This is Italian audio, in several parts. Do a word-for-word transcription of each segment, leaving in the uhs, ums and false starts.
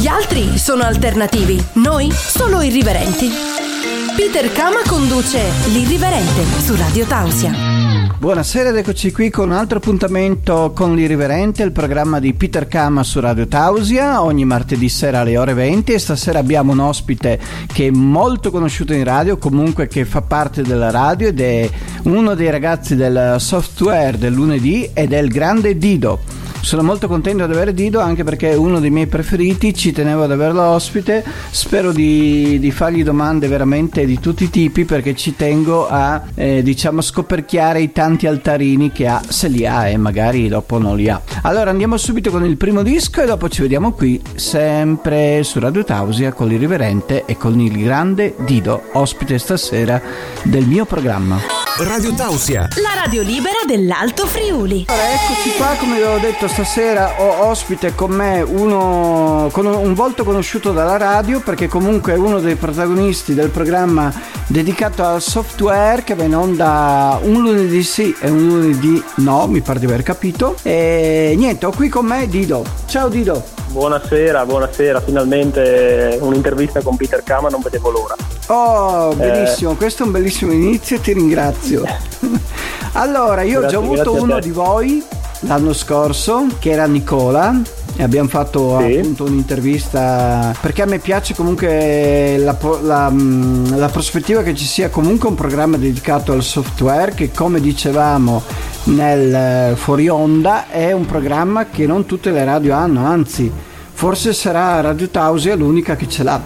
Gli altri sono alternativi, noi solo irriverenti. Peter Kama conduce L'Irriverente su Radio Tausia. Buonasera ed eccoci qui con un altro appuntamento con L'Irriverente, il programma di Peter Kama su Radio Tausia, ogni martedì sera alle ore venti, e stasera abbiamo un ospite che è molto conosciuto in radio, comunque che fa parte della radio ed è uno dei ragazzi del software del lunedì ed è il grande Dido. Sono molto contento di avere Dido anche perché è uno dei miei preferiti, ci tenevo ad averlo ospite, spero di, di fargli domande veramente di tutti i tipi perché ci tengo a eh, diciamo scoperchiare i tanti altarini che ha, se li ha e magari dopo non li ha. Allora andiamo subito con il primo disco e dopo ci vediamo qui sempre su Radio Tausia con l'Irriverente e con il grande Dido, ospite stasera del mio programma. Radio Tausia, la radio libera dell'Alto Friuli. Allora, eccoci qua, come vi ho detto stasera ho ospite con me uno con un volto conosciuto dalla radio perché comunque è uno dei protagonisti del programma dedicato al software che va in onda un lunedì sì e un lunedì no, mi pare di aver capito. E niente, ho qui con me Dido. Ciao Dido. Buonasera, buonasera, finalmente un'intervista con Peter Kama, non vedevo l'ora. Oh, benissimo, eh... questo è un bellissimo inizio e ti ringrazio. Allora, io grazie, ho già avuto uno di voi l'anno scorso, che era Nicola, e abbiamo fatto sì. appunto un'intervista, perché a me piace comunque la, la, la prospettiva che ci sia comunque un programma dedicato al software, che come dicevamo nel fuori onda è un programma che non tutte le radio hanno, anzi forse sarà Radio Tausia l'unica che ce l'ha.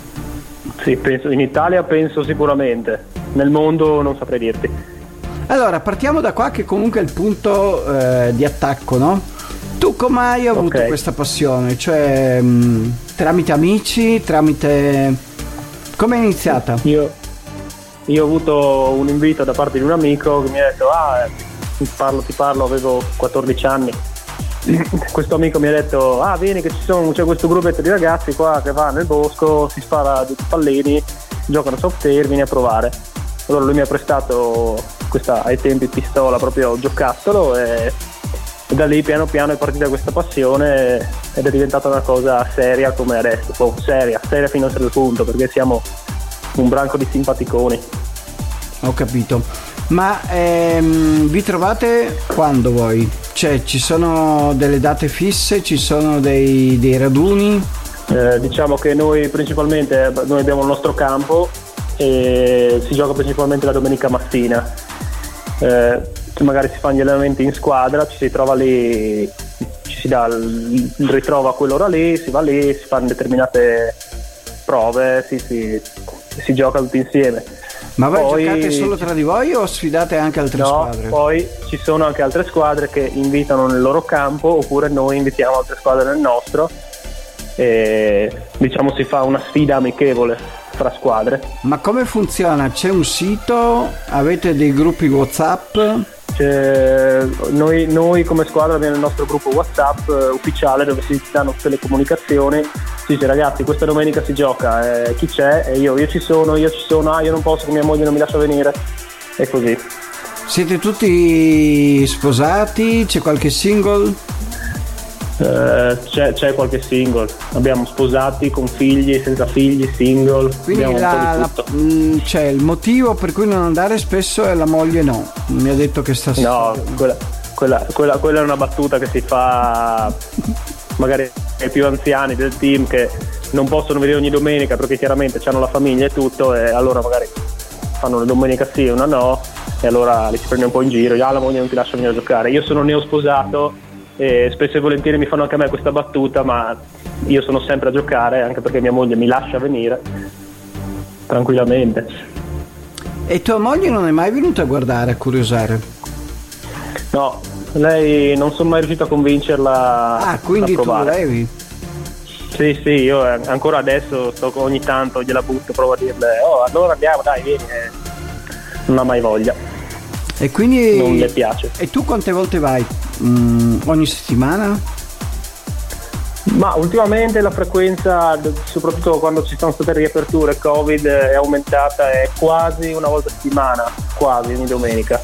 Sì, penso in Italia, penso sicuramente, nel mondo non saprei dirti. Allora partiamo da qua che comunque è il punto eh, di attacco, no? Tu come hai avuto okay. questa passione? Cioè mh, tramite amici, tramite... come è iniziata? Io, io ho avuto un invito da parte di un amico che mi ha detto ah, ti parlo, ti parlo, avevo quattordici anni. Questo amico mi ha detto ah vieni che ci sono, c'è questo gruppetto di ragazzi qua che va nel bosco, si spara dei pallini, giocano software, vieni a provare. Allora lui mi ha prestato questa ai tempi pistola proprio giocattolo e, e da lì piano piano è partita questa passione ed è diventata una cosa seria come adesso, oh, seria, seria fino a un certo punto perché siamo un branco di simpaticoni. Ho capito, ma ehm, vi trovate quando voi? Cioè ci sono delle date fisse, ci sono dei, dei raduni? Eh, diciamo che noi principalmente noi abbiamo il nostro campo e si gioca principalmente la domenica mattina, eh, magari si fanno gli allenamenti in squadra, ci si trova lì, ci si dà il, il ritrovo a quell'ora lì, si va lì, si fanno determinate prove, si, si, si gioca tutti insieme. Ma voi poi, giocate solo tra di voi o sfidate anche altre no, squadre? Poi ci sono anche altre squadre che invitano nel loro campo oppure noi invitiamo altre squadre nel nostro e diciamo si fa una sfida amichevole fra squadre. Ma come funziona? C'è un sito? Avete dei gruppi WhatsApp? C'è, noi, noi come squadra abbiamo il nostro gruppo WhatsApp eh, ufficiale dove si danno tutte le comunicazioni. Si dice ragazzi questa domenica si gioca, eh, chi c'è? E io, io ci sono, io ci sono, ah io non posso che mia moglie non mi lascia venire e così. Siete tutti sposati? C'è qualche single? Uh, c'è, c'è qualche single, abbiamo sposati con figli, senza figli, single. Quindi la, la, mh, cioè il motivo per cui non andare spesso è la moglie no, mi ha detto che sta no, quella, quella, quella, quella è una battuta che si fa magari ai più anziani del team che non possono venire ogni domenica perché chiaramente hanno la famiglia e tutto e allora magari fanno una domenica sì e una no e allora li si prende un po' in giro, ah la moglie non ti lascia venire a giocare. Io sono neosposato e spesso e volentieri mi fanno anche a me questa battuta, ma io sono sempre a giocare anche perché mia moglie mi lascia venire tranquillamente. E tua moglie non è mai venuta a guardare, a curiosare? No, lei non sono mai riuscito a convincerla. Ah, quindi a tu volevi? Sì, sì, io ancora adesso sto ogni tanto gliela butto, provo a dirle oh allora andiamo dai vieni, non ha mai voglia. E quindi non le piace. E tu quante volte vai? Mm, ogni settimana? Ma ultimamente la frequenza, soprattutto quando ci sono state riaperture Covid, è aumentata, è quasi una volta a settimana, quasi ogni domenica.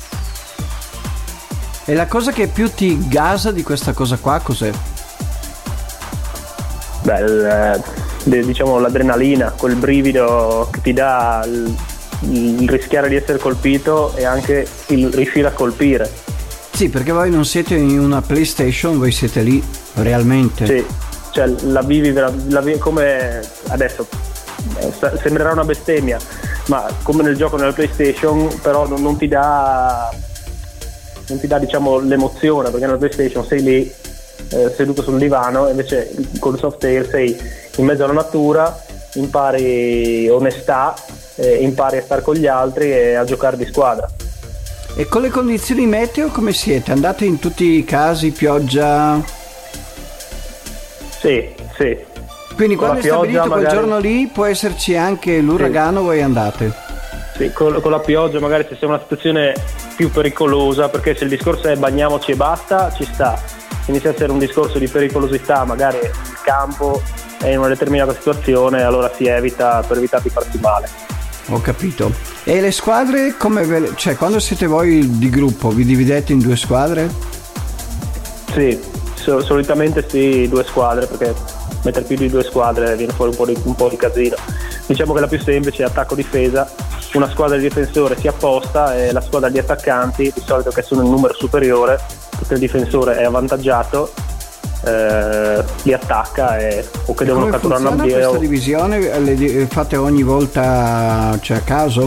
E la cosa che più ti gasa di questa cosa qua cos'è? Beh, il, diciamo l'adrenalina, quel brivido che ti dà il, il rischiare di essere colpito e anche il riuscire a colpire. Sì, perché voi non siete in una PlayStation, voi siete lì realmente. Sì, cioè la vivi, la, la vivi come adesso eh, sembrerà una bestemmia, ma come nel gioco nella PlayStation, però non, non ti dà non ti dà diciamo l'emozione, perché nella PlayStation sei lì eh, seduto sul divano, invece con il Softair sei in mezzo alla natura, impari onestà, eh, impari a stare con gli altri e a giocare di squadra. E con le condizioni meteo come siete? Andate in tutti i casi, pioggia? Sì, sì. Quindi con quando è stabilito quel magari... giorno lì può esserci anche l'uragano, sì. Voi andate? Sì, con, con la pioggia magari se c'è una situazione più pericolosa, perché se il discorso è bagniamoci e basta, ci sta. Se inizia a essere un discorso di pericolosità, magari il campo è in una determinata situazione, allora si evita per evitare di farsi male. Ho capito. E le squadre come ve le... cioè quando siete voi di gruppo vi dividete in due squadre? Sì, so, solitamente sì, due squadre, perché mettere più di due squadre viene fuori un po' di, un po' di casino. Diciamo che la più semplice è attacco-difesa, una squadra di difensore si apposta e la squadra di attaccanti, di solito che sono in numero superiore, perché il difensore è avvantaggiato, eh, li attacca e, o che e devono catturare un ambiente. Come funziona questa divisione? Le fate ogni volta, cioè a caso?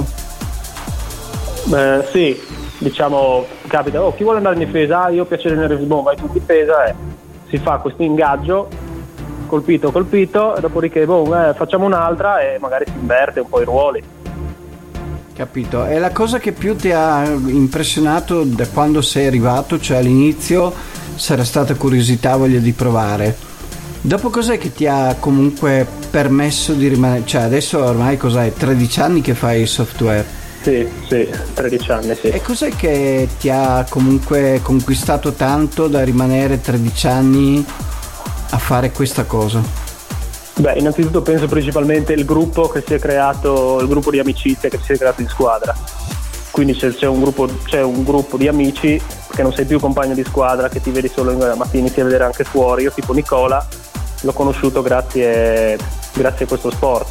Eh, sì, diciamo capita, oh chi vuole andare in difesa? Ah, io ho piacere nel Resbon, vai tu in difesa e si fa questo ingaggio, colpito colpito, e dopodiché boh, eh, facciamo un'altra e magari si inverte un po' i ruoli. Capito. E la cosa che più ti ha impressionato da quando sei arrivato, cioè all'inizio sarà stata curiosità, voglia di provare. Dopo cos'è che ti ha comunque permesso di rimanere, cioè adesso ormai cos'è, tredici anni che fai il software? Sì, sì, tredici anni, sì. E cos'è che ti ha comunque conquistato tanto da rimanere tredici anni a fare questa cosa? Beh, innanzitutto penso principalmente il gruppo che si è creato, il gruppo di amicizie che si è creato in squadra. Quindi c'è, c'è, un gruppo, c'è un gruppo di amici, perché non sei più compagno di squadra che ti vedi solo in, ma ti inizi a vedere anche fuori. Io tipo Nicola l'ho conosciuto grazie, grazie a questo sport.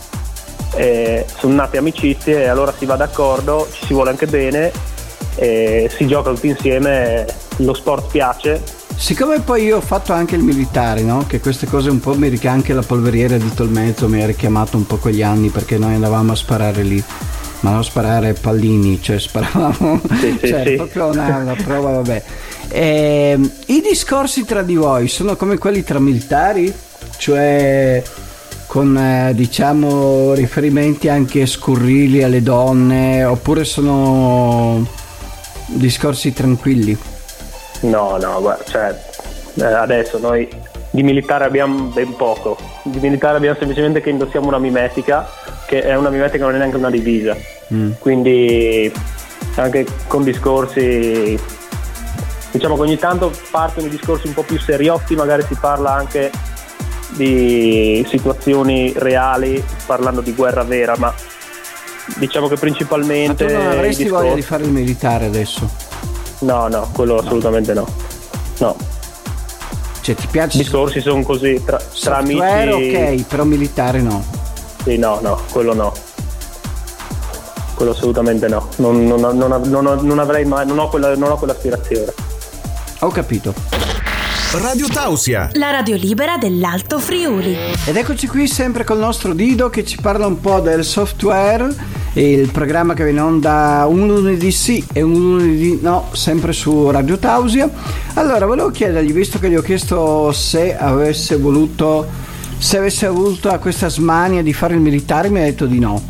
E sono nate amicizie e allora si va d'accordo, ci si vuole anche bene e si gioca tutti insieme, lo sport piace. Siccome poi io ho fatto anche il militare, no? Che queste cose un po' mi richiama, anche la polveriera di Tolmezzo mi ha richiamato un po' quegli anni, perché noi andavamo a sparare lì, ma non sparare pallini, cioè sparavamo, sì, sì, cioè sì. proprio una, una prova, vabbè. E, i discorsi tra di voi sono come quelli tra militari, cioè con eh, diciamo riferimenti anche scurrili alle donne, oppure sono discorsi tranquilli? No, no, guarda, cioè eh, adesso noi di militare abbiamo ben poco, di militare abbiamo semplicemente che indossiamo una mimetica, che è una mimetica, non è neanche una divisa, mm. Quindi anche con discorsi, diciamo che ogni tanto partono i discorsi un po' più seriotti, magari si parla anche di situazioni reali, parlando di guerra vera, ma diciamo che principalmente... Ma tu non avresti discorsi... voglia di fare il militare adesso? No, no, quello assolutamente no. No. Cioè ti piace? I discorsi sono così tra, tra amici. Ok, però militare no. Sì, no, no, quello no. Quello assolutamente no. Non, non, non, non, non avrei mai, non ho quella, non ho quell'aspirazione. Ho capito. Radio Tausia, la radio libera dell'Alto Friuli. Ed eccoci qui sempre col nostro Dido che ci parla un po' del software, il programma che viene in onda un lunedì sì e un lunedì no, sempre su Radio Tausia. Allora volevo chiedergli, visto che gli ho chiesto se avesse voluto se avesse avuto questa smania di fare il militare, mi ha detto di no.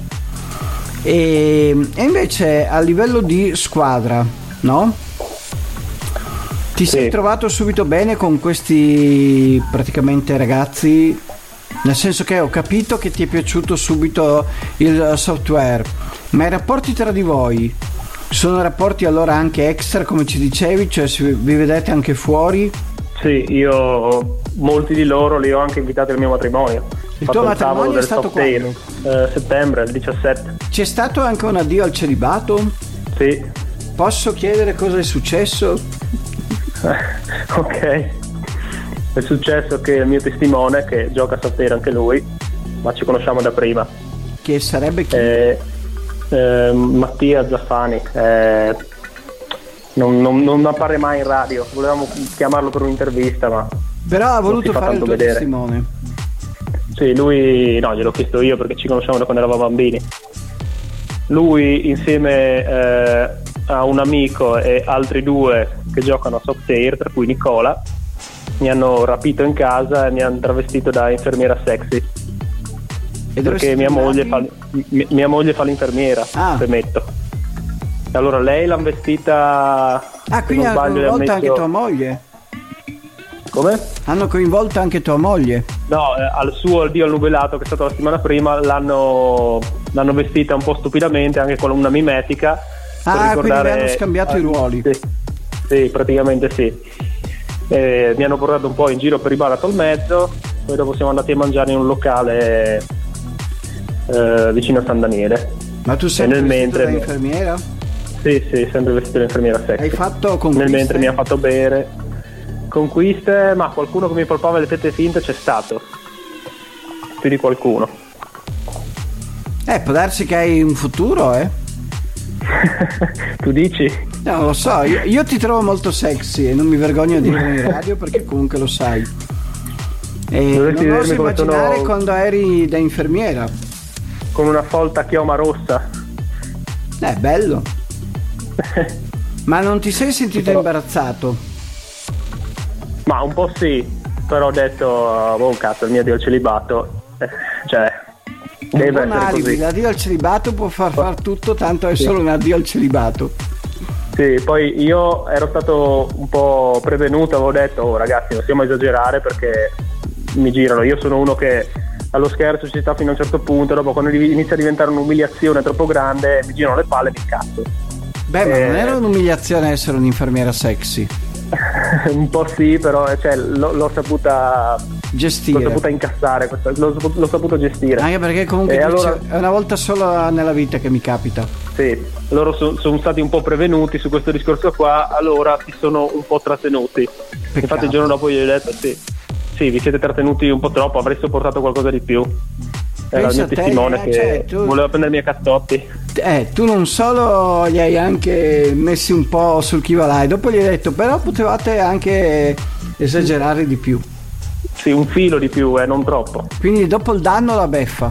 E, e invece a livello di squadra, no? Ti sì. sei trovato subito bene con questi praticamente ragazzi? Nel senso che ho capito che ti è piaciuto subito il software, ma i rapporti tra di voi sono rapporti allora anche extra, come ci dicevi, cioè vi vedete anche fuori? Sì, io molti di loro li ho anche invitati al mio matrimonio. Il tuo matrimonio è stato quando? Eh, settembre, il diciassette. C'è stato anche un addio al celibato? Sì. Posso chiedere cosa è successo? Ok. È successo che il mio testimone, che gioca stasera anche lui, ma ci conosciamo da prima, che sarebbe chi? Eh, eh, Mattia Zaffani, eh, non, non, non appare mai in radio, volevamo chiamarlo per un'intervista, ma però ha voluto fa fare il tuo vedere. testimone. Sì, lui, no, gliel'ho chiesto io perché ci conosciamo da quando eravamo bambini. Lui insieme eh, a un amico e altri due che giocano a Softair, tra cui Nicola, mi hanno rapito in casa e mi hanno travestito da infermiera sexy. E dove perché siete mia moglie, andati? fa, mia, mia moglie fa l'infermiera, Ah. premetto. E allora lei l'ha vestita. Ah, quindi se non hanno sbaglio, le ha coinvolto messo- anche tua moglie? Come? Hanno coinvolto anche tua moglie? No, eh, al suo Dio al nubilato, che è stato la settimana prima, l'hanno, l'hanno vestita un po' stupidamente, anche con una mimetica. per Ah, quindi ricordare- vi hanno scambiato i ruoli. Sì, sì, praticamente sì. Eh, mi hanno portato un po' in giro per i bar a Tolmezzo, poi dopo siamo andati a mangiare in un locale eh, vicino a San Daniele. Ma tu sei nel vestito mentre da mi- infermiera? Sì, sì, sempre vestito da infermiera sexy. Hai fatto conquiste? Nel mentre mi ha fatto bere. Conquiste, ma qualcuno che mi palpava le tette finte c'è stato. Più di qualcuno. Eh, può darsi che hai un futuro, eh? Tu dici? No, lo so, io, io ti trovo molto sexy e non mi vergogno di dirlo in radio perché comunque lo sai. E Dovresti non oso vedermi come immaginare sono- quando eri da infermiera. Con una folta chioma rossa. Eh, bello. Ma non ti sei sentito Però- imbarazzato? Ma un po' sì, però ho detto, oh cazzo, il mio dio al celibato. Eh, cioè, È un deve buon essere alibi, così. l'addio al celibato può far far tutto, tanto è Sì. solo un addio al celibato. Sì, poi io ero stato un po' prevenuto, avevo detto, oh ragazzi, non stiamo a esagerare perché mi girano. Io sono uno che allo scherzo ci sta fino a un certo punto, dopo quando inizia a diventare un'umiliazione troppo grande mi girano le palle e mi incazzo. Beh, ma Eh. non era un'umiliazione essere un'infermiera sexy. Un po' sì, però cioè, l'ho, l'ho saputa l'ho Gestire. saputa incassare, questa- l'ho, l'ho saputo gestire. Anche perché comunque E dice, allora- è una volta sola nella vita che mi capita. Sì, loro so- sono stati un po' prevenuti su questo discorso qua, allora si sono un po' trattenuti. Infatti il giorno dopo io gli ho detto sì, sì, vi siete trattenuti un po' troppo, avrei sopportato qualcosa di più. Era Pensa il mio a te, testimone eh, che cioè, tu- voleva prendermi a cazzotti. Eh, tu non solo li hai anche messi un po' sul chi va là, e dopo gli hai detto però potevate anche esagerare di più. Sì, un filo di più, eh, non troppo. Quindi dopo il danno la beffa.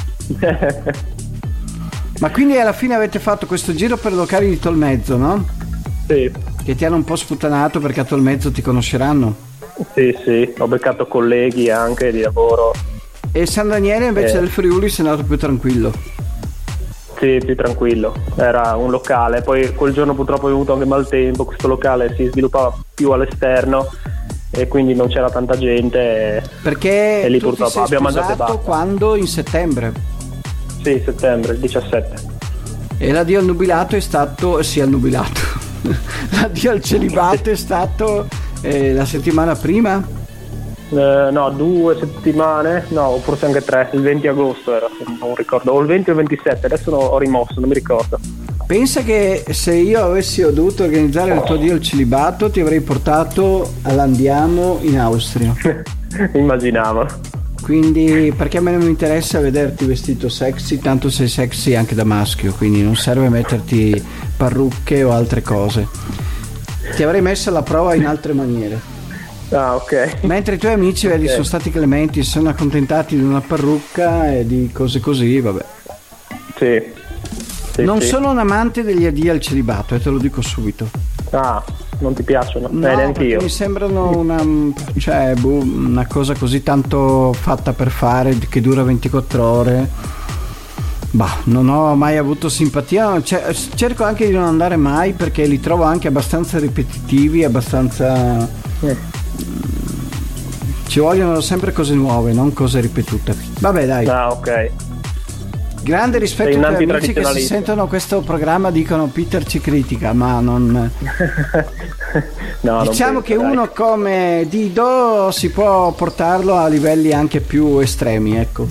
Ma quindi alla fine avete fatto questo giro per locali di Tolmezzo, no? Sì, Che ti hanno un po' sputtanato perché a Tolmezzo ti conosceranno. sì, sì, ho beccato colleghi anche di lavoro. E San Daniele invece Eh. del Friuli sei andato più tranquillo. Sì, più tranquillo, era un locale, poi quel giorno purtroppo ho avuto anche maltempo, questo locale si sviluppava più all'esterno e quindi non c'era tanta gente. Perché E lì tu ti purtroppo sei abbiamo mangiato e sposato basta. quando? In settembre. Sì, settembre, il diciassette. E l'addio al nubilato è stato, sì, al nubilato. L'addio al celibato è stato eh, la settimana prima? Eh, no, due settimane, no, forse anche tre, il venti agosto era, se non ricordo, o il venti o il ventisette, adesso no, ho rimosso, non mi ricordo. Pensa che se io avessi dovuto organizzare il tuo addio al celibato ti avrei portato all'Andiamo in Austria. Immaginavo. Quindi perché a me non mi interessa vederti vestito sexy, tanto sei sexy anche da maschio, quindi non serve metterti parrucche o altre cose. Ti avrei messo alla prova in altre maniere. Ah, ok. Mentre i tuoi amici vedi, Ok. sono stati clementi, si sono accontentati di una parrucca e di cose così, vabbè. Sì. Sì, Non sì. sono un amante degli addii al celibato, e te lo dico subito. Ah, non ti piacciono? No, eh, neanche perché io. mi sembrano una, cioè, boh, una cosa così tanto fatta per fare, che dura ventiquattro ore. Bah, non ho mai avuto simpatia, cioè, cerco anche di non andare mai perché li trovo anche abbastanza ripetitivi, abbastanza... Eh. Ci vogliono sempre cose nuove, non cose ripetute. Vabbè, dai. Ah, ok. Grande rispetto Sei un ai tuoi amici che si antitradizionalista. sentono questo programma, dicono Peter ci critica, ma non... No, non Diciamo penso, che dai. uno come Dido si può portarlo a livelli anche più estremi, ecco.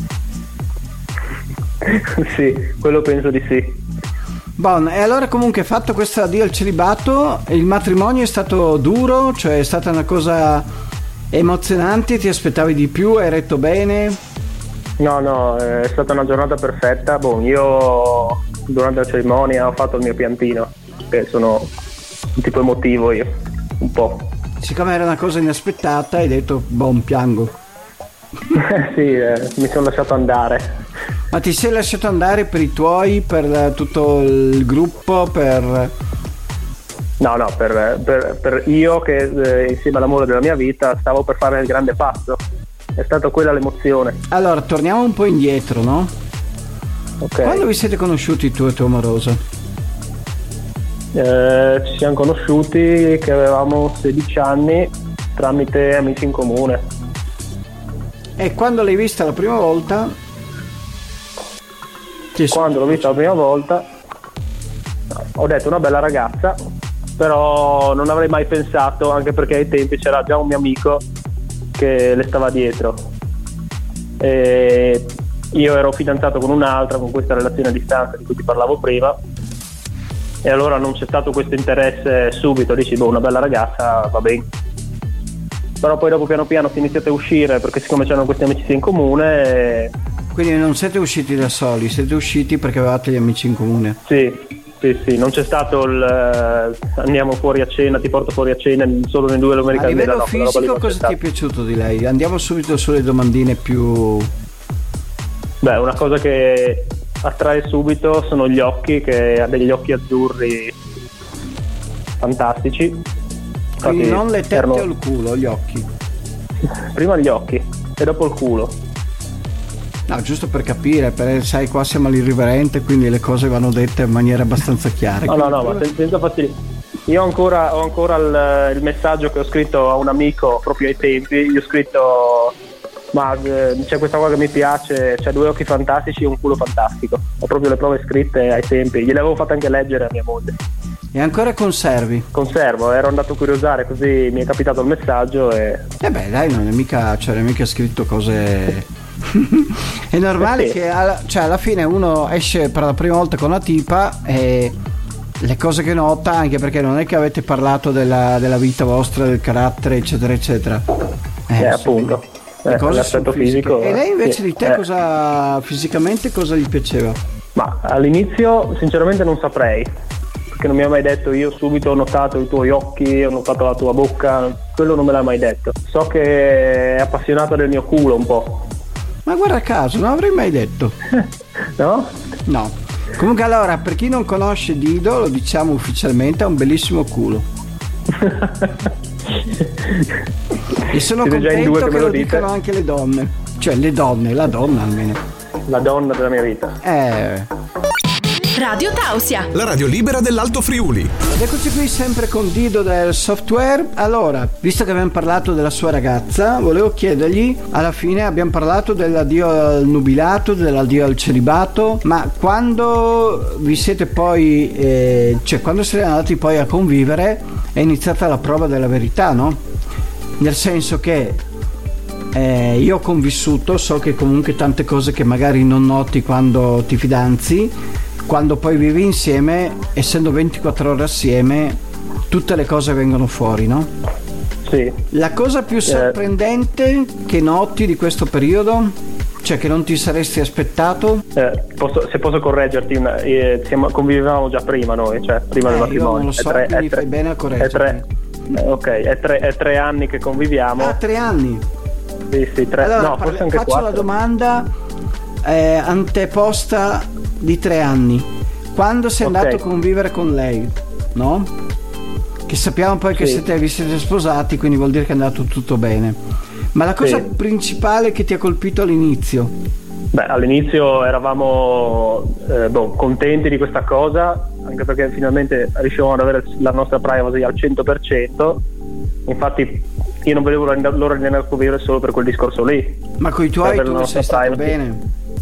Sì, quello penso di sì. Bon, e allora comunque fatto questo addio al celibato, il matrimonio è stato duro, cioè è stata una cosa Emozionanti? Ti aspettavi di più? Hai retto bene? No, no, è stata una giornata perfetta. Boh, io durante la cerimonia ho fatto il mio piantino, che sono un tipo emotivo io, un po'. Siccome era una cosa inaspettata hai detto, boh, piango. Sì, eh, mi sono lasciato andare. Ma ti sei lasciato andare per i tuoi, per tutto il gruppo, per... No, no, per, per, per io che eh, insieme all'amore della mia vita stavo per fare il grande passo. È stata quella l'emozione. Allora, torniamo un po' indietro, no? Ok. Quando vi siete conosciuti tu e tua amorosa? Eh, ci siamo conosciuti che avevamo sedici anni tramite amici in comune. E quando l'hai vista la prima volta? Ti Quando l'ho vista la prima volta ho detto una bella ragazza, però non avrei mai pensato, anche perché ai tempi c'era già un mio amico che le stava dietro e io ero fidanzato con un'altra, con questa relazione a distanza di cui ti parlavo prima, e allora non c'è stato questo interesse subito. Dici, boh, una bella ragazza, va bene. Però poi dopo piano piano si iniziate a uscire, perché siccome c'erano questi amici in comune e... Quindi non siete usciti da soli, siete usciti perché avevate gli amici in comune? Sì, sì, sì, non c'è stato il uh, andiamo fuori a cena, ti porto fuori a cena solo nei due A livello no, fisico cosa ti è piaciuto di lei? Andiamo subito sulle domandine più... Beh, una cosa che attrae subito sono gli occhi, che ha degli occhi azzurri fantastici. Quindi Infatti, non le tette erano... o il culo, gli occhi? Prima gli occhi e dopo il culo. No, giusto per capire, per, sai, qua siamo all'irriverente, quindi le cose vanno dette in maniera abbastanza chiara. No, no, no, ma senza fastidio. Io ho ancora, ho ancora il, il messaggio che ho scritto a un amico proprio ai tempi. Gli ho scritto, ma eh, c'è questa qua che mi piace, c'ha due occhi fantastici e un culo fantastico. Ho proprio le prove scritte ai tempi, gliele avevo fatte anche leggere a mia moglie. E ancora conservi? Conservo, ero andato a curiosare, così mi è capitato il messaggio e... Eh beh, dai, non è mica, cioè, non è mica scritto cose... È normale sì. che alla, cioè, alla fine uno esce per la prima volta con la tipa e le cose che nota, anche perché non è che avete parlato della, della vita vostra, del carattere, eccetera, eccetera. Eh, eh appunto. Le eh, cose l'aspetto sono fisiche. fisico. E lei invece sì, di te eh. cosa fisicamente cosa gli piaceva? Ma all'inizio sinceramente non saprei, perché non mi ha mai detto. Io subito ho notato i tuoi occhi, ho notato la tua bocca, quello non me l'ha mai detto. So che è appassionata del mio culo un po'. Ma guarda caso, non avrei mai detto. No? No. Comunque, allora, per chi non conosce Dido, lo diciamo ufficialmente, ha un bellissimo culo. E sono Siete già in due contento che che me lo lo dite? dicano anche le donne. Cioè, le donne, la donna almeno. La donna della mia vita. Eh... Radio Tausia. La radio libera dell'Alto Friuli. Ed eccoci qui sempre con Dido del software. Allora, visto che abbiamo parlato della sua ragazza, volevo chiedergli, alla fine abbiamo parlato dell'addio al nubilato, dell'addio al celibato, ma quando vi siete poi, eh, cioè quando siete andati poi a convivere, è iniziata la prova della verità, no? Nel senso che eh, io ho convissuto, so che comunque tante cose che magari non noti quando ti fidanzi, quando poi vivi insieme, essendo ventiquattro ore assieme, tutte le cose vengono fuori, no? Sì. La cosa più sorprendente che noti di questo periodo, cioè che non ti saresti aspettato? Eh, posso, se posso correggerti, una, eh, siamo, convivevamo già prima noi, cioè prima Eh, del io matrimonio. non lo so, È tre- quindi è tre- fai bene a è correggermi. tre, eh, ok, è tre, è tre anni che conviviamo. Ah, tre anni. Sì, sì, tre, Allora, no, parli- forse anche faccio quattro. la domanda eh, anteposta di tre anni. Quando sei Ok. andato a convivere con lei, no? Che sappiamo poi che Sì. siete, vi siete sposati, quindi vuol dire che è andato tutto bene. Ma la cosa Sì. principale che ti ha colpito all'inizio? Beh, all'inizio eravamo eh, boh, contenti di questa cosa, anche perché finalmente riuscivamo ad avere la nostra privacy al cento per cento. Infatti io non vedevo l'ora di andare a convivere solo per quel discorso lì. Ma coi tuoi Per la tu nostra sei stato privacy. bene?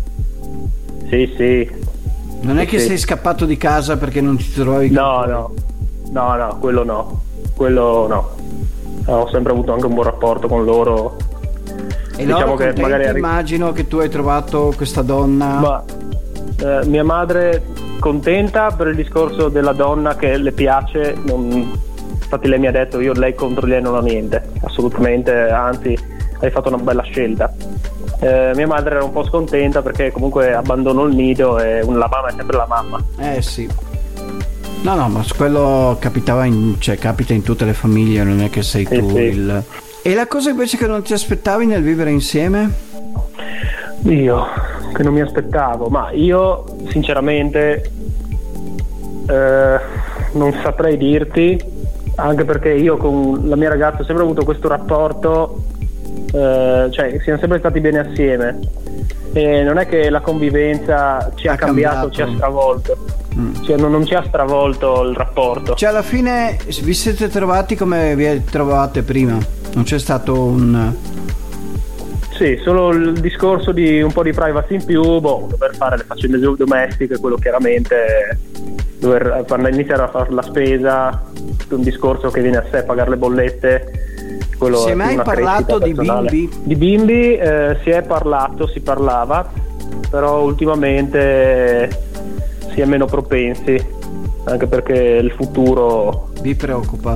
Sì, sì. Non è che Sì. sei scappato di casa perché non ti trovavi No, con- no, no, no, quello no, quello no. Ho sempre avuto anche un buon rapporto con loro. E diciamo loro che contenti, magari arri- immagino che tu hai trovato questa donna. Ma eh, mia madre contenta per il discorso della donna che le piace, non, infatti lei mi ha detto io lei contro lei non ho niente, assolutamente, anzi hai fatto una bella scelta. Eh, mia madre era un po' scontenta perché comunque abbandono il nido e la mamma è sempre la mamma. Eh sì. No, no, ma quello capitava in, cioè capita in tutte le famiglie, non è che sei sì, tu sì. il... E la cosa invece che non ti aspettavi nel vivere insieme? Io che non mi aspettavo, ma io sinceramente eh, non saprei dirti, anche perché io con la mia ragazza ho sempre avuto questo rapporto, eh, cioè siamo sempre stati bene assieme e non è che la convivenza ci ha, ha cambiato, cambiato, ci ha stravolto. Mm. Cioè, non, non ci ha stravolto il rapporto. Cioè alla fine vi siete trovati come vi trovate prima? Non c'è stato un... Sì, solo il discorso di un po' di privacy in più, boh, dover fare le faccende domestiche, quello chiaramente, dover iniziare a fare la spesa, un discorso che viene a sé, pagare le bollette. Quello si è mai parlato di bimbi? Di bimbi eh, si è parlato, si parlava, però ultimamente si è meno propensi, anche perché il futuro vi preoccupa.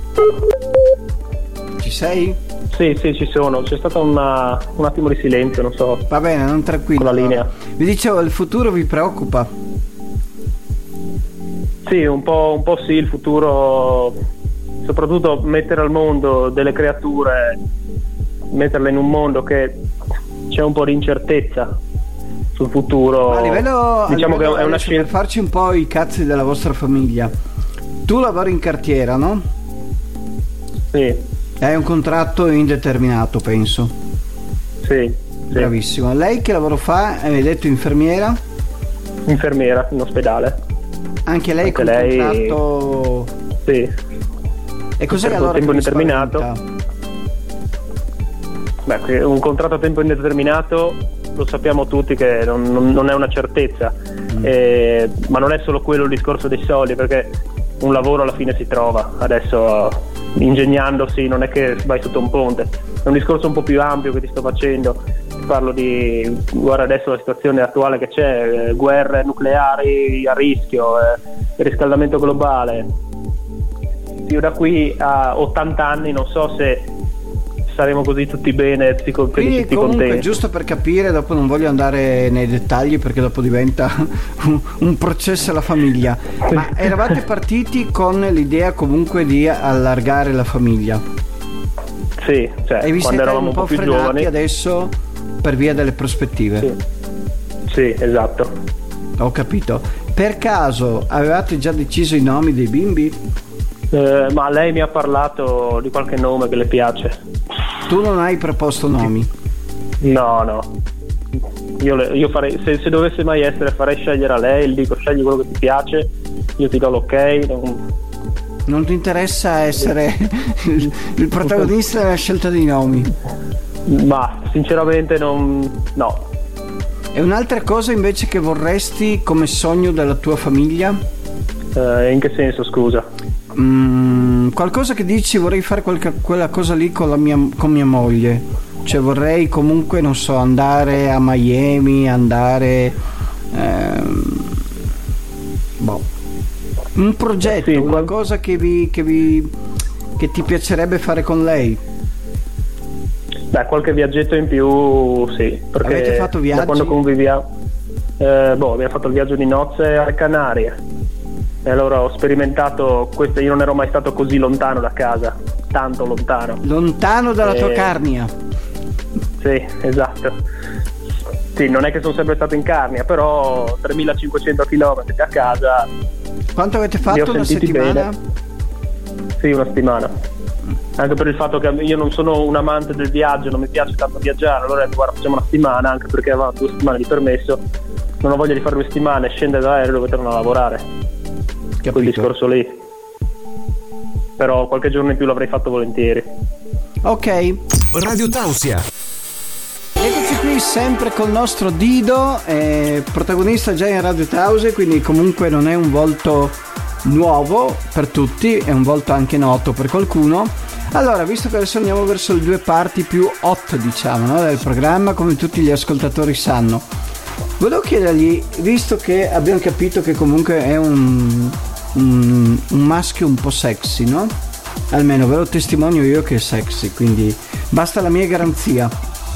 Ci sei? Sì, sì, ci sono. C'è stato una, un attimo di silenzio, non so. Va bene, non tranquillo. Con la linea. Vi dicevo, il futuro vi preoccupa? Sì, un po', un po' sì, il futuro, soprattutto mettere al mondo delle creature, metterle in un mondo che c'è un po' di incertezza sul futuro. Ma a livello, diciamo a livello, che è una scelta. Per farci un po' i cazzi della vostra famiglia, tu lavori in cartiera, no? Sì. Hai un contratto indeterminato, penso. Sì, sì. Bravissimo. Lei che lavoro fa? Hai detto infermiera? Infermiera in ospedale. Anche lei Anche con lei... contratto? Sì. E cos'è tempo, allora tempo che indeterminato? Beh, un contratto a tempo indeterminato lo sappiamo tutti che non, non, non è una certezza, mm. eh, ma non è solo quello il discorso dei soldi, perché un lavoro alla fine si trova. Adesso ingegnandosi non è che vai sotto un ponte, è un discorso un po' più ampio che ti sto facendo. Ti parlo di, guarda adesso la situazione attuale che c'è, eh, guerre nucleari a rischio, eh, riscaldamento globale. Io da qui a ottanta anni non so se saremo così tutti bene, tutti, quindi, tutti comunque, contenti. Giusto per capire, dopo non voglio andare nei dettagli perché dopo diventa un, un processo alla famiglia, ma eravate partiti con l'idea comunque di allargare la famiglia? Sì, cioè e vi quando siete eravamo un po' un po' più frenati giovani adesso per via delle prospettive? Sì, sì, esatto. Ho capito. Per caso avevate già deciso i nomi dei bimbi? Eh, ma lei mi ha parlato di qualche nome che le piace. Tu non hai proposto nomi? No, no. Io, le, io farei, se, se dovesse mai essere, farei scegliere a lei, gli dico scegli quello che ti piace, io ti do l'ok. Non, non ti interessa essere il, il protagonista della scelta dei nomi? Ma sinceramente non, no. E un'altra cosa invece che vorresti come sogno della tua famiglia? Eh, in che senso, scusa? Mm, qualcosa che dici vorrei fare qualche, quella cosa lì con la mia, con mia moglie, cioè vorrei comunque non so andare a Miami, andare ehm, boh, un progetto, sì, qualcosa che vi, che vi che ti piacerebbe fare con lei. Beh, qualche viaggetto in più sì, perché avete fatto viaggi? Da quando conviviamo eh, boh, abbiamo fatto il viaggio di nozze alle Canarie. E allora ho sperimentato questo, io non ero mai stato così lontano da casa, tanto lontano. Lontano dalla e... tua Carnia. Sì, esatto. Sì, non è che sono sempre stato in Carnia, però tremilacinquecento chilometri da casa. Quanto avete fatto? Una settimana? Bene. Sì, una settimana. Anche per il fatto che io non sono un amante del viaggio, non mi piace tanto viaggiare, allora ho detto guarda facciamo una settimana, anche perché avevamo due settimane di permesso, non ho voglia di fare due settimane, scendere dall'aereo e dove tornare a lavorare. Capito. Quel discorso lì, però qualche giorno in più l'avrei fatto volentieri. Ok. Radio Tausia. Eccoci qui sempre col nostro Dido, eh, protagonista già in Radio Tausia, quindi comunque non è un volto nuovo per tutti, è un volto anche noto per qualcuno. Allora, visto che adesso andiamo verso le due parti più hot, diciamo, no, del programma, come tutti gli ascoltatori sanno, volevo chiedergli, visto che abbiamo capito che comunque è un, un, un maschio un po' sexy, no? Almeno ve lo testimonio io che è sexy, quindi basta la mia garanzia.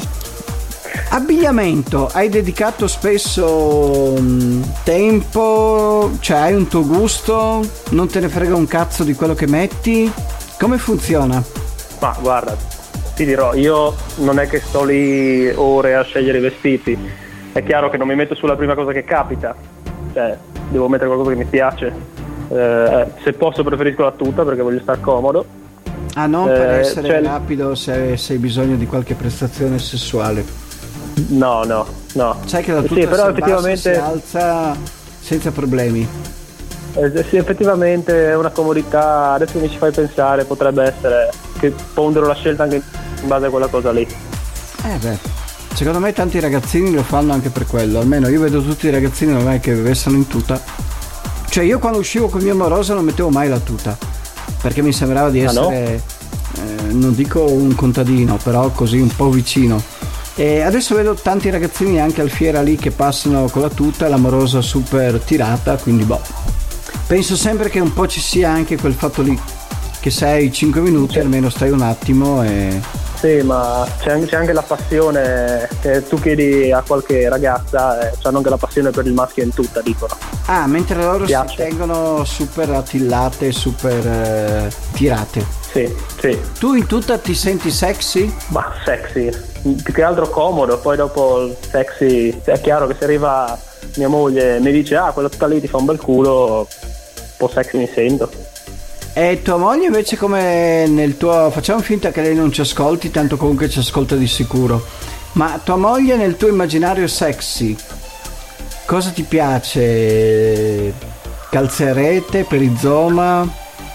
Abbigliamento, hai dedicato spesso mh, tempo, cioè hai un tuo gusto, non te ne frega un cazzo di quello che metti? Come funziona? Ma guarda, ti dirò, io non è che sto lì ore a scegliere i vestiti, è chiaro che non mi metto sulla prima cosa che capita, cioè devo mettere qualcosa che mi piace, eh, se posso preferisco la tuta perché voglio star comodo. Ah, non per eh, essere cioè... rapido se, se hai bisogno di qualche prestazione sessuale. No, no, no. Sai che la tuta sì, però si effettivamente bassa, si alza senza problemi. Eh, sì, effettivamente è una comodità, adesso mi ci fai pensare, potrebbe essere che pondero la scelta anche in base a quella cosa lì. Eh beh, secondo me tanti ragazzini lo fanno anche per quello, almeno io vedo tutti i ragazzini ormai che vestano in tuta. Cioè io quando uscivo con mio amoroso non mettevo mai la tuta, perché mi sembrava di essere, ah, no? eh, non dico un contadino, però così un po' vicino. E adesso vedo tanti ragazzini anche al Fiera lì che passano con la tuta, l'amorosa super tirata, quindi boh. Penso sempre che un po' ci sia anche quel fatto lì, che sei cinque minuti, sì, almeno stai un attimo e... Sì, ma c'è anche, c'è anche la passione che tu chiedi a qualche ragazza, eh, hanno anche la passione per il maschio in tutta, dicono. Ah, mentre loro Piace. si tengono super attillate, super eh, tirate. Sì, sì. Tu in tutta ti senti sexy? Ma sexy, più che altro comodo, poi dopo il sexy, è chiaro che se arriva mia moglie e mi dice ah, quella tutta lì ti fa un bel culo, un po' sexy mi sento. E tua moglie invece come nel tuo... Facciamo finta che lei non ci ascolti, tanto comunque ci ascolta di sicuro. Ma tua moglie nel tuo immaginario sexy, cosa ti piace? Calzerete, perizoma?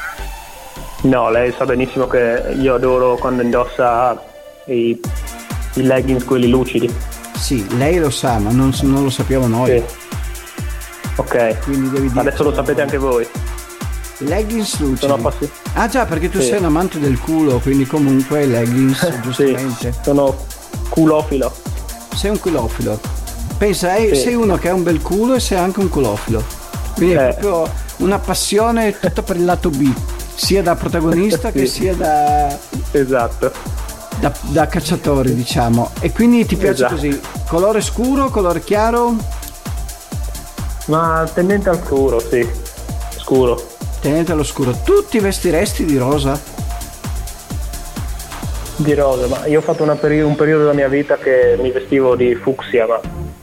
No, lei sa benissimo che io adoro quando indossa i, i leggings quelli lucidi. Sì, lei lo sa, ma non, non lo sappiamo noi. Sì. Ok, quindi devi dire adesso lo sapete anche voi. Leggings lucidi. Sono appassi- ah già, perché tu sì. sei un amante del culo, quindi comunque leggings, giustamente. Sì, sono culofilo. Sei un culofilo. Pensa, eh, sì. sei uno che ha un bel culo e sei anche un culofilo. Quindi eh. è proprio una passione tutta per il lato B, sia da protagonista sì. che sia da... Esatto. Da, da cacciatori, diciamo. E quindi ti piace esatto. così? Colore scuro, colore chiaro? Ma tendente al scuro, sì. Scuro. Tenete allo scuro. Tu ti vestiresti di rosa? Di rosa, ma io ho fatto una peri- un periodo della mia vita che mi vestivo di fucsia, ma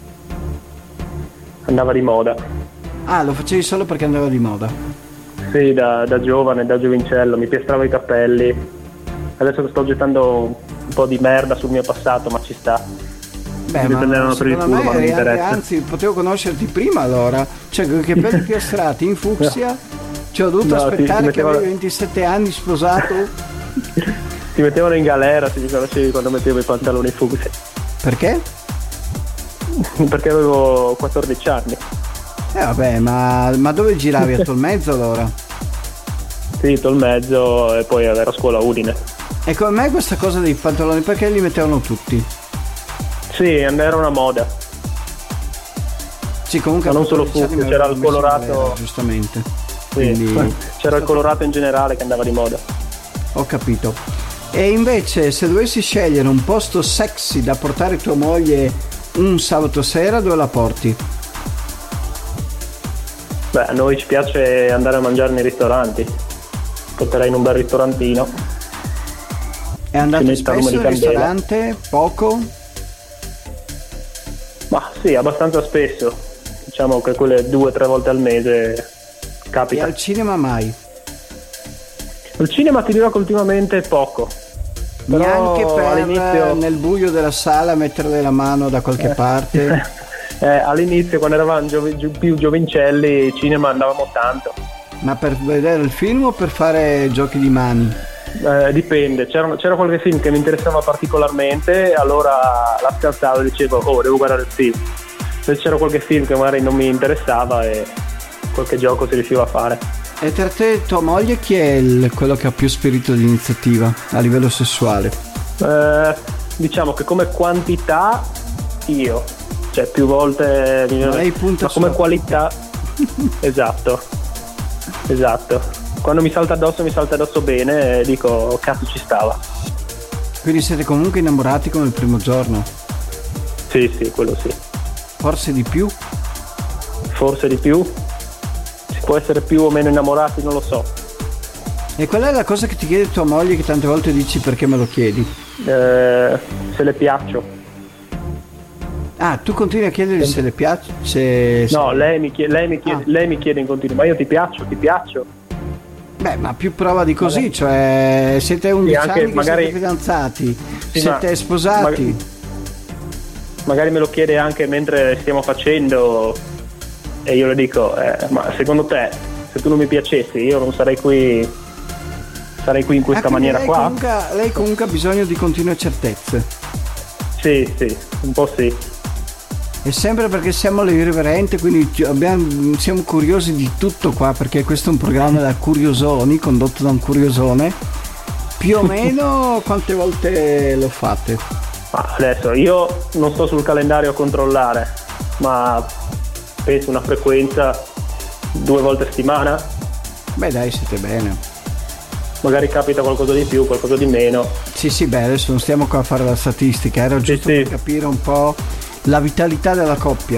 andava di moda. Ah, lo facevi solo perché andava di moda? Sì, da, da giovane, da giovincello, mi piastravo i capelli. Adesso sto gettando un po' di merda sul mio passato, ma ci sta. Beh, mi prendevano per il culo, ma non mi interessa. Anzi, potevo conoscerti prima allora. Cioè, con i capelli piastrati in fucsia, ci ho dovuto no, aspettare ti, ti mettevano... che avevi ventisette anni, sposato. Ti mettevano in galera se mi conoscevi quando mettevo i pantaloni fucsia. Perché? Perché avevo quattordici anni. Eh vabbè, ma, ma dove giravi? A Tolmezzo allora? Sì, Tolmezzo e poi ero a scuola Udine. E come mai questa cosa dei pantaloni? Perché li mettevano tutti? Sì, era una moda. Sì, comunque ma non solo fucsia, c'era il colorato galera, giustamente. Sì, quindi... c'era il colorato in generale che andava di moda. Ho capito. E invece se dovessi scegliere un posto sexy da portare tua moglie un sabato sera, dove la porti? Beh, a noi ci piace andare a mangiare nei ristoranti. Porterei in un bel ristorantino. È andato spesso al ristorante? Poco? Ma sì, abbastanza spesso. Diciamo che quelle due o tre volte al mese capita. E al cinema mai? Al cinema ti dirò che ultimamente poco. Però neanche per all'inizio... nel buio della sala metterle la mano da qualche eh. parte? eh, all'inizio quando eravamo giovi- più giovincelli cinema andavamo tanto. Ma per vedere il film o per fare giochi di mani? Eh, dipende, c'era, c'era qualche film che mi interessava particolarmente, allora la scansavo e dicevo oh devo guardare il film. Se c'era qualche film che magari non mi interessava e qualche gioco si riusciva a fare. E per te, tua moglie, chi è il, quello che ha più spirito di iniziativa a livello sessuale? Eh, diciamo che come quantità io, cioè più volte, ma lei punta ma come su... qualità esatto, esatto. quando mi salta addosso mi salta addosso bene e dico cazzo ci stava. Quindi siete comunque innamorati come il primo giorno? Sì, sì, quello sì. Forse di più? Forse di più? Si può essere più o meno innamorati, non lo so. E qual è la cosa che ti chiede tua moglie che tante volte dici perché me lo chiedi? Eh, se le piaccio. Ah, tu continui a chiedergli se le piace? Se, No, se... lei mi chiede, lei mi chiede, Ah. lei mi chiede in continuo, ma io ti piaccio, ti piaccio. Beh, ma più prova di così, cioè siete undici Sì, anche anni che magari- siete fidanzati, Sì, siete ma- sposati. mag- Magari me lo chiede anche mentre stiamo facendo e io le dico, eh, ma secondo te, se tu non mi piacessi, io non sarei qui, sarei qui in questa Ah, quindi maniera lei qua? Comunque, lei comunque ha bisogno di continue certezze. Sì, sì, un po' sì. E sempre perché siamo l'irriverente, quindi ci- abbiamo- siamo curiosi di tutto qua, perché questo è un programma da curiosoni, condotto da un curiosone. Più o meno quante volte lo fate? Ma adesso io non sto sul calendario a controllare, ma penso una frequenza due volte a settimana. Beh dai, siete bene. Magari capita qualcosa di più, qualcosa di meno. Sì sì, beh adesso non stiamo qua a fare la statistica, era giusto sì. per capire un po' la vitalità della coppia.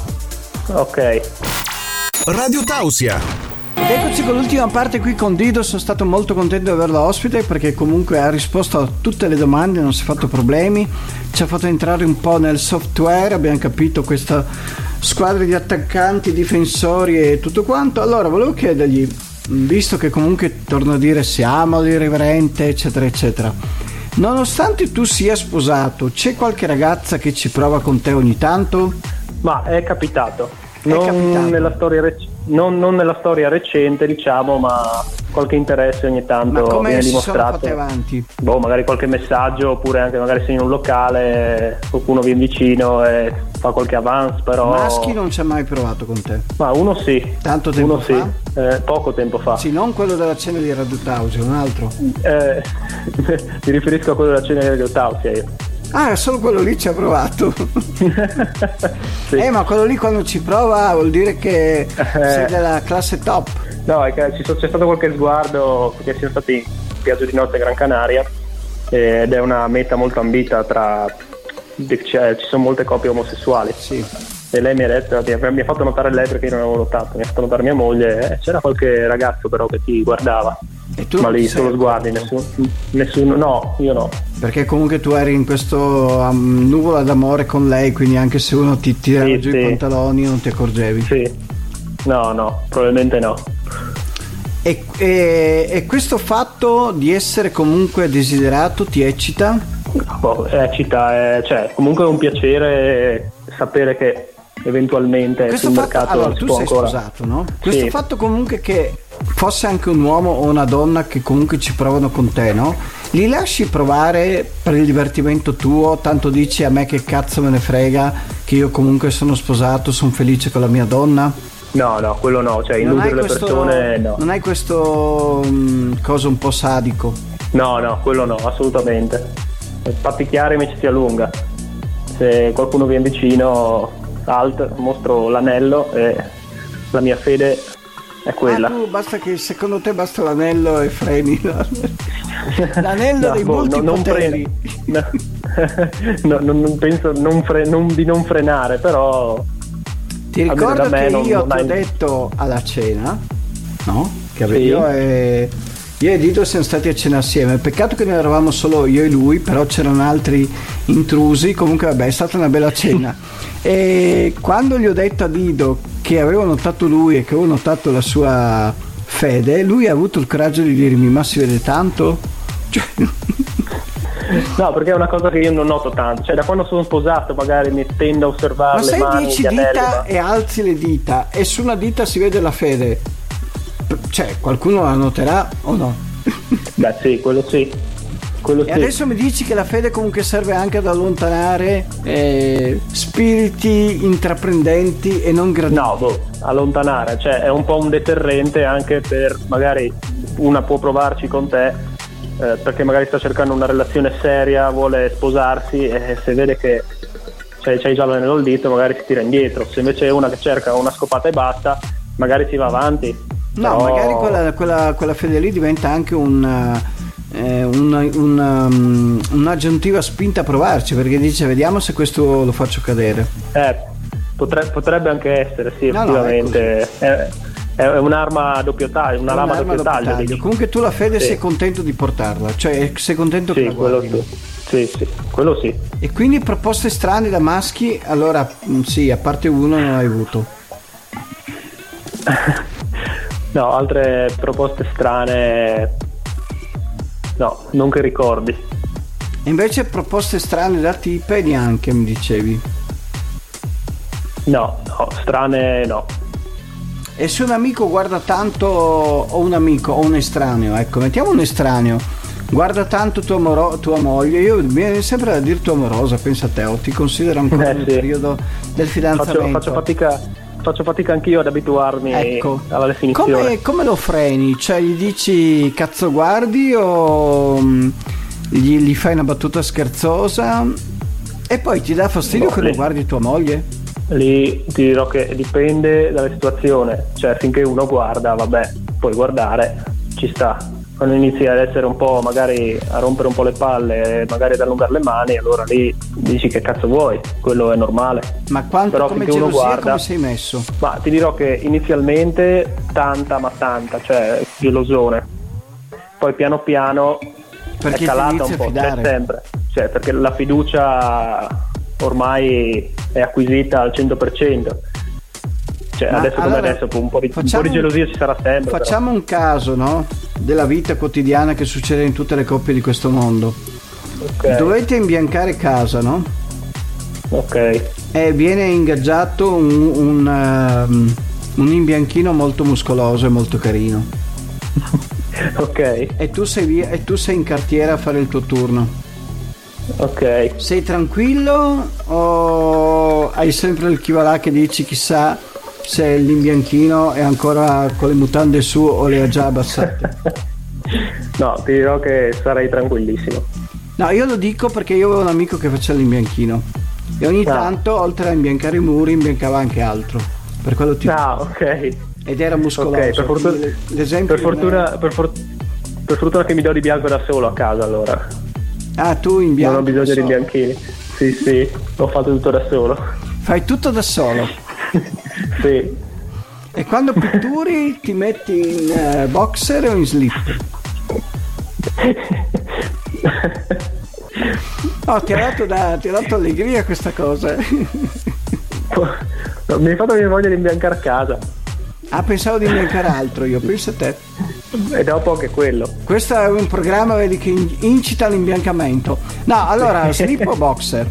Ok. Radio Tausia. Ed eccoci con l'ultima parte qui con Dido, sono stato molto contento di averlo ospite perché comunque ha risposto a tutte le domande, non si è fatto problemi, ci ha fatto entrare un po' nel software, abbiamo capito questa squadra di attaccanti, difensori e tutto quanto. Allora volevo chiedergli, visto che comunque torno a dire siamo l'irriverente eccetera eccetera, nonostante tu sia sposato, c'è qualche ragazza che ci prova con te ogni tanto? Ma è capitato. È Non, capitato. Nella storia rec- non, non nella storia recente, diciamo, ma qualche interesse ogni tanto Ma come viene si sono dimostrato. fatte avanti? Boh, magari qualche messaggio, oppure anche magari sei in un locale, qualcuno viene vicino e fa qualche avance, però. Maschi non ci ha mai provato con te? Ma uno sì. Tanto tempo uno fa? sì, eh, poco tempo fa. Sì, non quello della cena di Radio Tausia, un altro. Eh, mi riferisco a quello della cena di Radio Tausia io. Ah, solo quello lì ci ha provato. Sì. Eh, ma quello lì quando ci prova vuol dire che sei della classe top. No, è che ci so- c'è stato qualche sguardo perché siamo stati in viaggio di notte a Gran Canaria ed è una meta molto ambita tra cioè, ci sono molte coppie omosessuali. Sì. E lei mi ha detto, mi ha fatto notare lei perché io non avevo notato, mi ha fatto notare mia moglie, eh, c'era qualche ragazzo però che ti guardava. E tu Ma non lì ti sei solo sguardi, accorto? nessuno, nessuno, no, io no. Perché comunque tu eri in questo um, nuvola d'amore con lei, quindi anche se uno ti tirava Sì, giù sì. i pantaloni non ti accorgevi. Sì, no, no, probabilmente no. E, e, e questo fatto di essere comunque desiderato ti eccita? Boh, eccita, eh, cioè comunque è un piacere sapere che eventualmente Questo sul fatto, mercato allora si tu può sei ancora. sposato, no? Questo Sì. fatto comunque che fosse anche un uomo o una donna che comunque ci provano con te, no? Li lasci provare per il divertimento tuo, tanto dici a me che cazzo me ne frega, che io comunque sono sposato, sono felice con la mia donna? No, no, quello no, cioè Non hai illudere le questo, persone no. non hai questo um, coso un po' sadico? No, no, quello no, assolutamente. Fatti chiari, mi ci sia lunga. Se qualcuno viene vicino, alt, mostro l'anello e la mia fede è quella. Ah, tu basta che secondo te basta l'anello e freni. No? L'anello No, dei boh, molti no, non poteri. freno. No, no, non penso non fre- non- di non frenare, però Ti almeno ricordo da me che non- io non ti ho hai- detto alla cena, no? Che ave- Sì. io, e, io e Dido siamo stati a cena assieme. Peccato che non eravamo solo io e lui, però c'erano altri intrusi. Comunque, vabbè, è stata una bella cena. E quando gli ho detto a Dido che avevo notato lui e che avevo notato la sua fede, lui ha avuto il coraggio di dirmi: ma si vede tanto? Cioè, no, perché è una cosa che io non noto tanto. Cioè, da quando sono sposato, magari mi tendo a osservare ma le se mani, dieci gli anelli, dita ma- e alzi le dita e su una dita si vede la fede, cioè qualcuno la noterà o no? Beh, sì, quello sì. Quello E sì. adesso mi dici che la fede comunque serve anche ad allontanare eh, spiriti intraprendenti e non graditi. No, boh, allontanare, cioè è un po' un deterrente anche per magari una può provarci con te eh, perché magari sta cercando una relazione seria, vuole sposarsi e se vede che cioè, c'hai già l'anello al dito magari si tira indietro. Se invece è una che cerca una scopata e basta, magari si va avanti. No, Però... magari quella, quella, quella fede lì diventa anche un... Eh, una, una, um, un'aggiuntiva spinta a provarci, perché dice vediamo se questo lo faccio cadere. Eh, potre, potrebbe anche essere, sì, no, effettivamente. No, è, è, è un'arma a doppio taglio, una lama a doppio taglio. taglio. Comunque tu la fede sì. sei contento di portarla, cioè sei contento sì, che la guardi. Quello sì, sì, quello sì. E quindi proposte strane da maschi, allora sì, a parte uno non hai avuto. No, altre proposte strane no, non che ricordi. E invece proposte strane da tipe neanche, mi dicevi. No, no, strane no. E se un amico guarda tanto, o un amico o un estraneo, ecco, mettiamo un estraneo, guarda tanto tua, moro- tua moglie, io mi viene sempre da dire tua amorosa, pensa a te, o ti considero ancora eh, nel sì. periodo del fidanzamento. Faccio, faccio fatica faccio fatica anch'io ad abituarmi, ecco, alla definizione. Come, come lo freni? Cioè gli dici cazzo guardi o mh, gli, gli fai una battuta scherzosa e poi ti dà fastidio no, che lì, lo guardi tua moglie? Lì ti dirò che dipende dalla situazione, cioè finché uno guarda, vabbè, puoi guardare, ci sta. Quando inizi ad essere un po', magari a rompere un po' le palle, magari ad allungare le mani, allora lì dici che cazzo vuoi, quello è normale. Ma quanto, però come finché uno gelosia, guarda, come sei messo? Ma ti dirò che inizialmente tanta ma tanta, cioè gelosone, poi piano piano perché è calata un po', c'è sempre, cioè perché la fiducia ormai è acquisita al cento per cento. Cioè, ma adesso allora, come adesso un po' di, un facciamo, po' di gelosia ci sarà sempre. Facciamo però. un caso, no? Della vita quotidiana che succede in tutte le coppie di questo mondo. Okay. Dovete imbiancare casa, no? Ok. E viene ingaggiato un, un, um, un imbianchino molto muscoloso e molto carino. Ok. E tu sei via, e tu sei in cartiera a fare il tuo turno. Ok. Sei tranquillo o hai sempre il chi va là che dici chissà se l'imbianchino è ancora con le mutande su o le ha già abbassate? No, ti dirò che sarei tranquillissimo. No, io lo dico perché io avevo un amico che faceva l'imbianchino e ogni no. tanto oltre a imbiancare i muri imbiancava anche altro, per quello ti ah, ok. Ed era muscoloso. Ok, per fortuna, l'esempio per, fortuna me... per, for... per fortuna che mi do di bianco da solo a casa, allora. Ah, tu in bianco? Non ho bisogno di solo. bianchini. Sì, sì, ho fatto tutto da solo. Fai tutto da solo? Sì. E quando pitturi ti metti in uh, boxer o in slip? Oh, ti ha dato, da, ti ha dato allegria questa cosa. Mi hai fatto venire voglia di imbiancare casa. Ah, pensavo di imbiancare altro io, pensa a te. E dopo anche quello. Questo è un programma, vedi, che incita l'imbiancamento. No, allora, slip o boxer?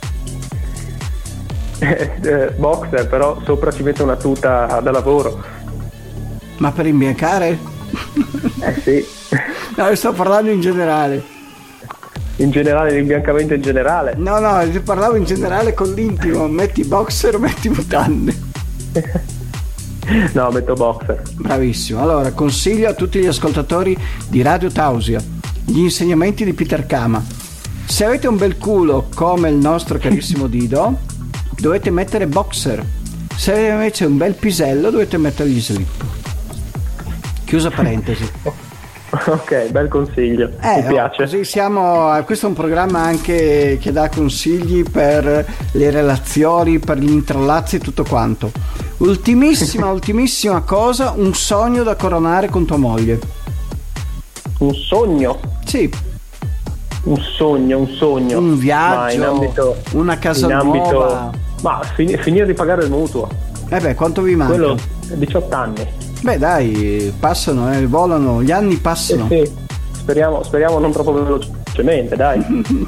Eh, boxer, però sopra ci metto una tuta da lavoro. Ma per imbiancare? Eh sì. No, io sto parlando in generale. In generale, l'imbiancamento in generale? No, no, io parlavo in generale con l'intimo. Metti boxer o metti mutande? No, metto boxer. Bravissimo. Allora, consiglio a tutti gli ascoltatori di Radio Tausia gli insegnamenti di Peter Kama. Se avete un bel culo come il nostro carissimo Dido, dovete mettere boxer. Se avete invece un bel pisello, dovete mettere gli slip. Chiusa parentesi. Ok, bel consiglio. Eh, mi piace. Così siamo. Questo è un programma anche che dà consigli per le relazioni, per gli intrallazzi e tutto quanto. Ultimissima, ultimissima cosa, un sogno da coronare con tua moglie. Un sogno? Sì. Un sogno, un sogno. Un viaggio, ma in ambito, una casa in nuova. Ambito, ma fin- finire di pagare il mutuo. Eh beh, quanto vi manca? Quello diciotto anni. Beh dai, passano, eh, volano, gli anni passano. Eh sì, speriamo, speriamo non troppo velocemente, dai.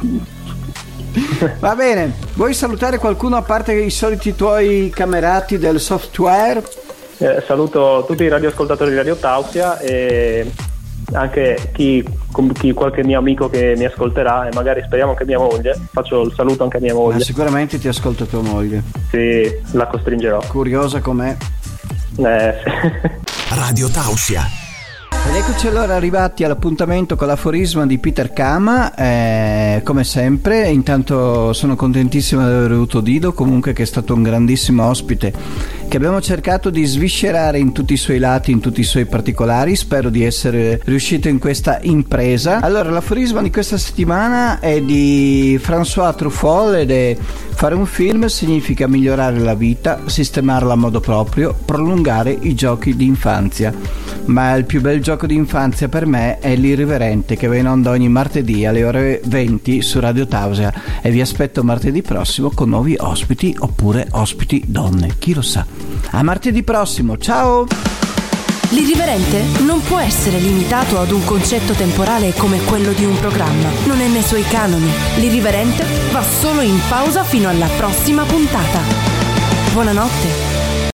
Va bene, vuoi salutare qualcuno a parte i soliti tuoi camerati del software? Eh, saluto tutti i radioascoltatori di Radio Tausia e anche chi, chi qualche mio amico che mi ascolterà, e magari speriamo anche mia moglie. Faccio il saluto anche a mia moglie. Ma sicuramente ti ascolta tua moglie. Sì, la costringerò. Curiosa com'è. Eh, sì. Radio Tausia. Ed eccoci allora arrivati all'appuntamento con l'aforisma di Peter Kama, eh, come sempre. Intanto sono contentissimo di aver avuto Dido, comunque, che è stato un grandissimo ospite, che abbiamo cercato di sviscerare in tutti i suoi lati, in tutti i suoi particolari. Spero di essere riuscito in questa impresa. Allora, l'aforisma di questa settimana è di François Truffaut ed è: fare un film significa migliorare la vita, sistemarla a modo proprio, prolungare i giochi di infanzia. Ma il più bel gioco di infanzia per me è l'Irriverente, che va in onda ogni martedì alle ore venti su Radio Tausia, e vi aspetto martedì prossimo con nuovi ospiti, oppure ospiti donne, chi lo sa. A martedì prossimo, ciao! L'Irriverente non può essere limitato ad un concetto temporale come quello di un programma. Non è nei suoi canoni. L'Irriverente va solo in pausa fino alla prossima puntata. Buonanotte.